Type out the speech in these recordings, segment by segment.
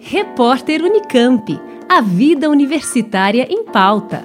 Repórter Unicamp. A vida universitária em pauta.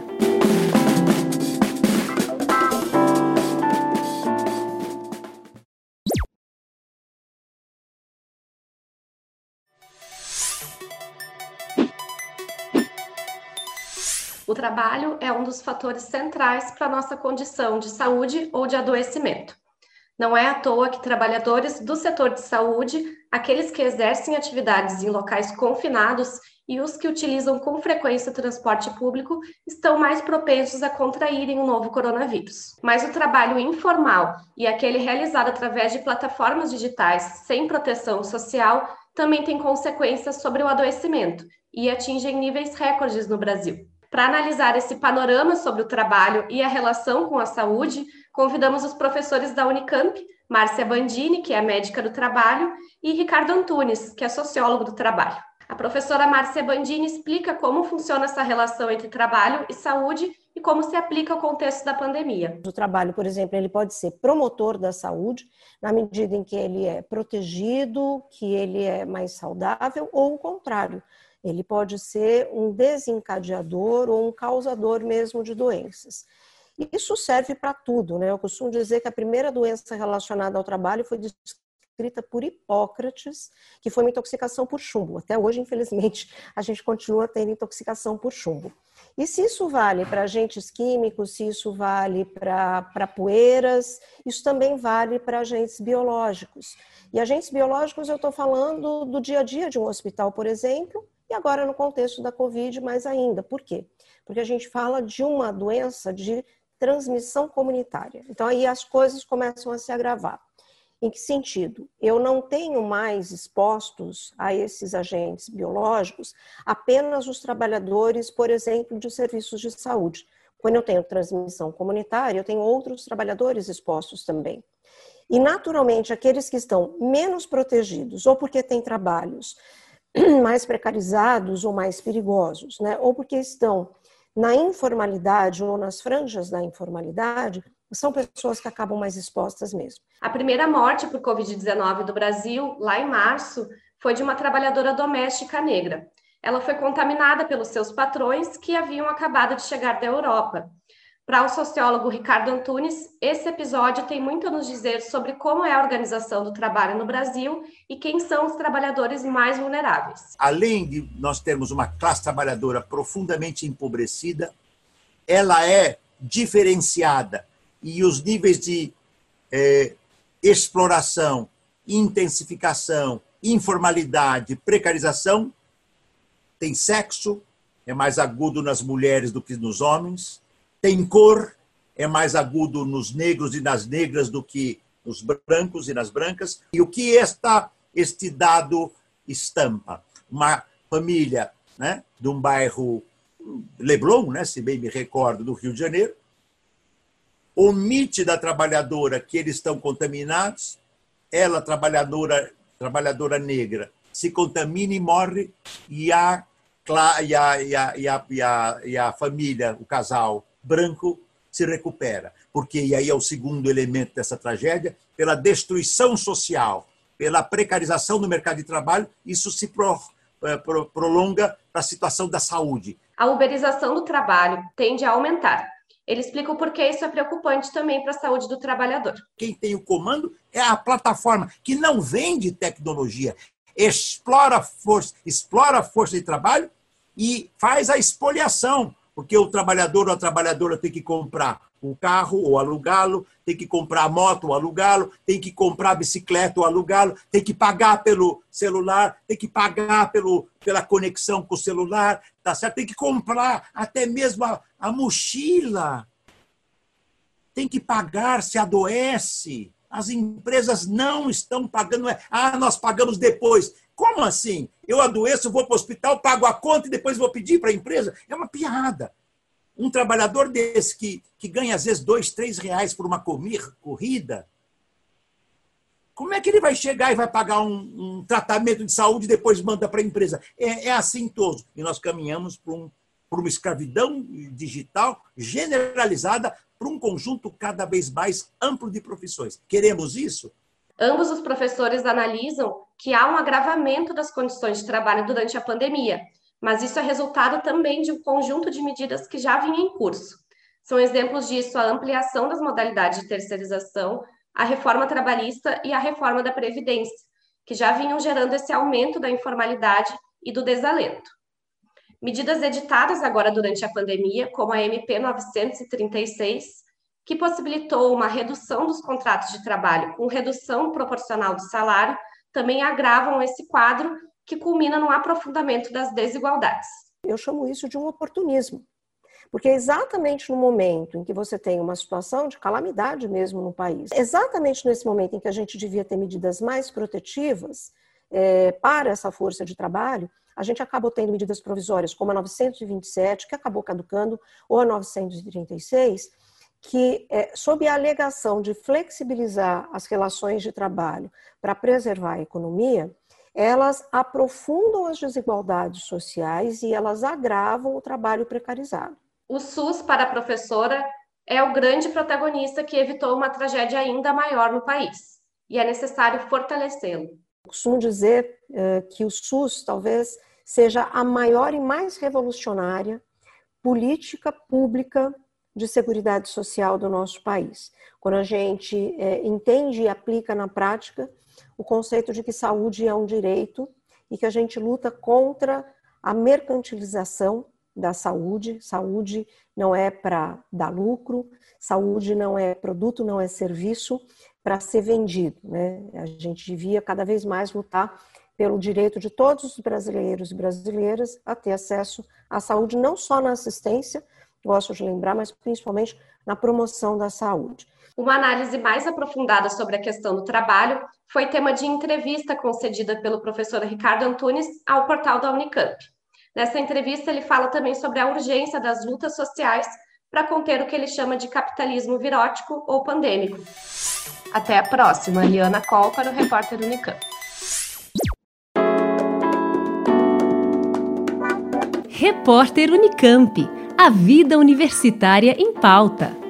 O trabalho é um dos fatores centrais para a nossa condição de saúde ou de adoecimento. Não é à toa que trabalhadores do setor de saúde, aqueles que exercem atividades em locais confinados e os que utilizam com frequência o transporte público, estão mais propensos a contraírem o novo coronavírus. Mas o trabalho informal e aquele realizado através de plataformas digitais sem proteção social também tem consequências sobre o adoecimento e atingem níveis recordes no Brasil. Para analisar esse panorama sobre o trabalho e a relação com a saúde, convidamos os professores da Unicamp, Márcia Bandini, que é médica do trabalho, e Ricardo Antunes, que é sociólogo do trabalho. A professora Márcia Bandini explica como funciona essa relação entre trabalho e saúde e como se aplica ao contexto da pandemia. O trabalho, por exemplo, ele pode ser promotor da saúde, na medida em que ele é protegido, que ele é mais saudável, ou o contrário. Ele pode ser um desencadeador ou um causador mesmo de doenças. Isso serve para tudo, né? Eu costumo dizer que a primeira doença relacionada ao trabalho foi descrita por Hipócrates, que foi uma intoxicação por chumbo. Até hoje, infelizmente, a gente continua tendo intoxicação por chumbo. E se isso vale para agentes químicos, se isso vale para poeiras, isso também vale para agentes biológicos. E agentes biológicos eu estou falando do dia a dia de um hospital, por exemplo, e agora no contexto da Covid mais ainda. Por quê? Porque a gente fala de uma doença de transmissão comunitária. Então aí as coisas começam a se agravar. Em que sentido? Eu não tenho mais expostos a esses agentes biológicos apenas os trabalhadores, por exemplo, de serviços de saúde. Quando eu tenho transmissão comunitária, eu tenho outros trabalhadores expostos também. E naturalmente aqueles que estão menos protegidos, ou porque têm trabalhos mais precarizados ou mais perigosos, né? Ou porque estão na informalidade ou nas franjas da informalidade, são pessoas que acabam mais expostas mesmo. A primeira morte por Covid-19 do Brasil, lá em março, foi de uma trabalhadora doméstica negra. Ela foi contaminada pelos seus patrões que haviam acabado de chegar da Europa. Para o sociólogo Ricardo Antunes, esse episódio tem muito a nos dizer sobre como é a organização do trabalho no Brasil e quem são os trabalhadores mais vulneráveis. Além de nós termos uma classe trabalhadora profundamente empobrecida, ela é diferenciada e os níveis de exploração, intensificação, informalidade, precarização, tem sexo, é mais agudo nas mulheres do que nos homens, tem cor, é mais agudo nos negros e nas negras do que nos brancos e nas brancas. E o que este dado estampa? Uma família, né, de um bairro Leblon, né, se bem me recordo, do Rio de Janeiro, omite da trabalhadora que eles estão contaminados, ela, trabalhadora negra, se contamina e morre, e a família, o casal branco, se recupera. Porque, e aí é o segundo elemento dessa tragédia, pela destruição social, pela precarização do mercado de trabalho, isso se prolonga para a situação da saúde. A uberização do trabalho tende a aumentar. Ele explica o porquê isso é preocupante também para a saúde do trabalhador. Quem tem o comando é a plataforma, que não vende tecnologia, explora a força de trabalho e faz a expoliação, porque o trabalhador ou a trabalhadora tem que comprar um carro ou alugá-lo, tem que comprar a moto ou alugá-lo, tem que comprar a bicicleta ou alugá-lo, tem que pagar pelo celular, tem que pagar pela conexão com o celular, tá certo? Tem que comprar até mesmo a mochila, tem que pagar se adoece. As empresas não estão pagando. Nós pagamos depois. Como assim? Eu adoeço, vou para o hospital, pago a conta e depois vou pedir para a empresa? É uma piada. Um trabalhador desse que ganha, às vezes, R$2, R$3 por uma corrida, como é que ele vai chegar e vai pagar um tratamento de saúde e depois manda para a empresa? É assim todo. E nós caminhamos para uma escravidão digital generalizada, para um conjunto cada vez mais amplo de profissões. Queremos isso? Ambos os professores analisam que há um agravamento das condições de trabalho durante a pandemia, mas isso é resultado também de um conjunto de medidas que já vinha em curso. São exemplos disso a ampliação das modalidades de terceirização, a reforma trabalhista e a reforma da Previdência, que já vinham gerando esse aumento da informalidade e do desalento. Medidas editadas agora durante a pandemia, como a MP 936, que possibilitou uma redução dos contratos de trabalho com redução proporcional do salário, também agravam esse quadro que culmina no aprofundamento das desigualdades. Eu chamo isso de um oportunismo, porque é exatamente no momento em que você tem uma situação de calamidade mesmo no país, exatamente nesse momento em que a gente devia ter medidas mais protetivas para essa força de trabalho, a gente acabou tendo medidas provisórias como a 927, que acabou caducando, ou a 936, que, sob a alegação de flexibilizar as relações de trabalho para preservar a economia, elas aprofundam as desigualdades sociais e elas agravam o trabalho precarizado. O SUS, para a professora, é o grande protagonista que evitou uma tragédia ainda maior no país, e é necessário fortalecê-lo. Eu costumo dizer que o SUS talvez seja a maior e mais revolucionária política pública de seguridade social do nosso país. Quando a gente entende e aplica na prática o conceito de que saúde é um direito e que a gente luta contra a mercantilização da saúde. Saúde não é para dar lucro, saúde não é produto, não é serviço para ser vendido, né? A gente devia cada vez mais lutar pelo direito de todos os brasileiros e brasileiras a ter acesso à saúde, não só na assistência, gosto de lembrar, mas principalmente na promoção da saúde. Uma análise mais aprofundada sobre a questão do trabalho foi tema de entrevista concedida pelo professor Ricardo Antunes ao portal da Unicamp. Nessa entrevista, ele fala também sobre a urgência das lutas sociais para conter o que ele chama de capitalismo virótico ou pandêmico. Até a próxima. Liana Coll para o Repórter Unicamp. Repórter Unicamp. A vida universitária em pauta.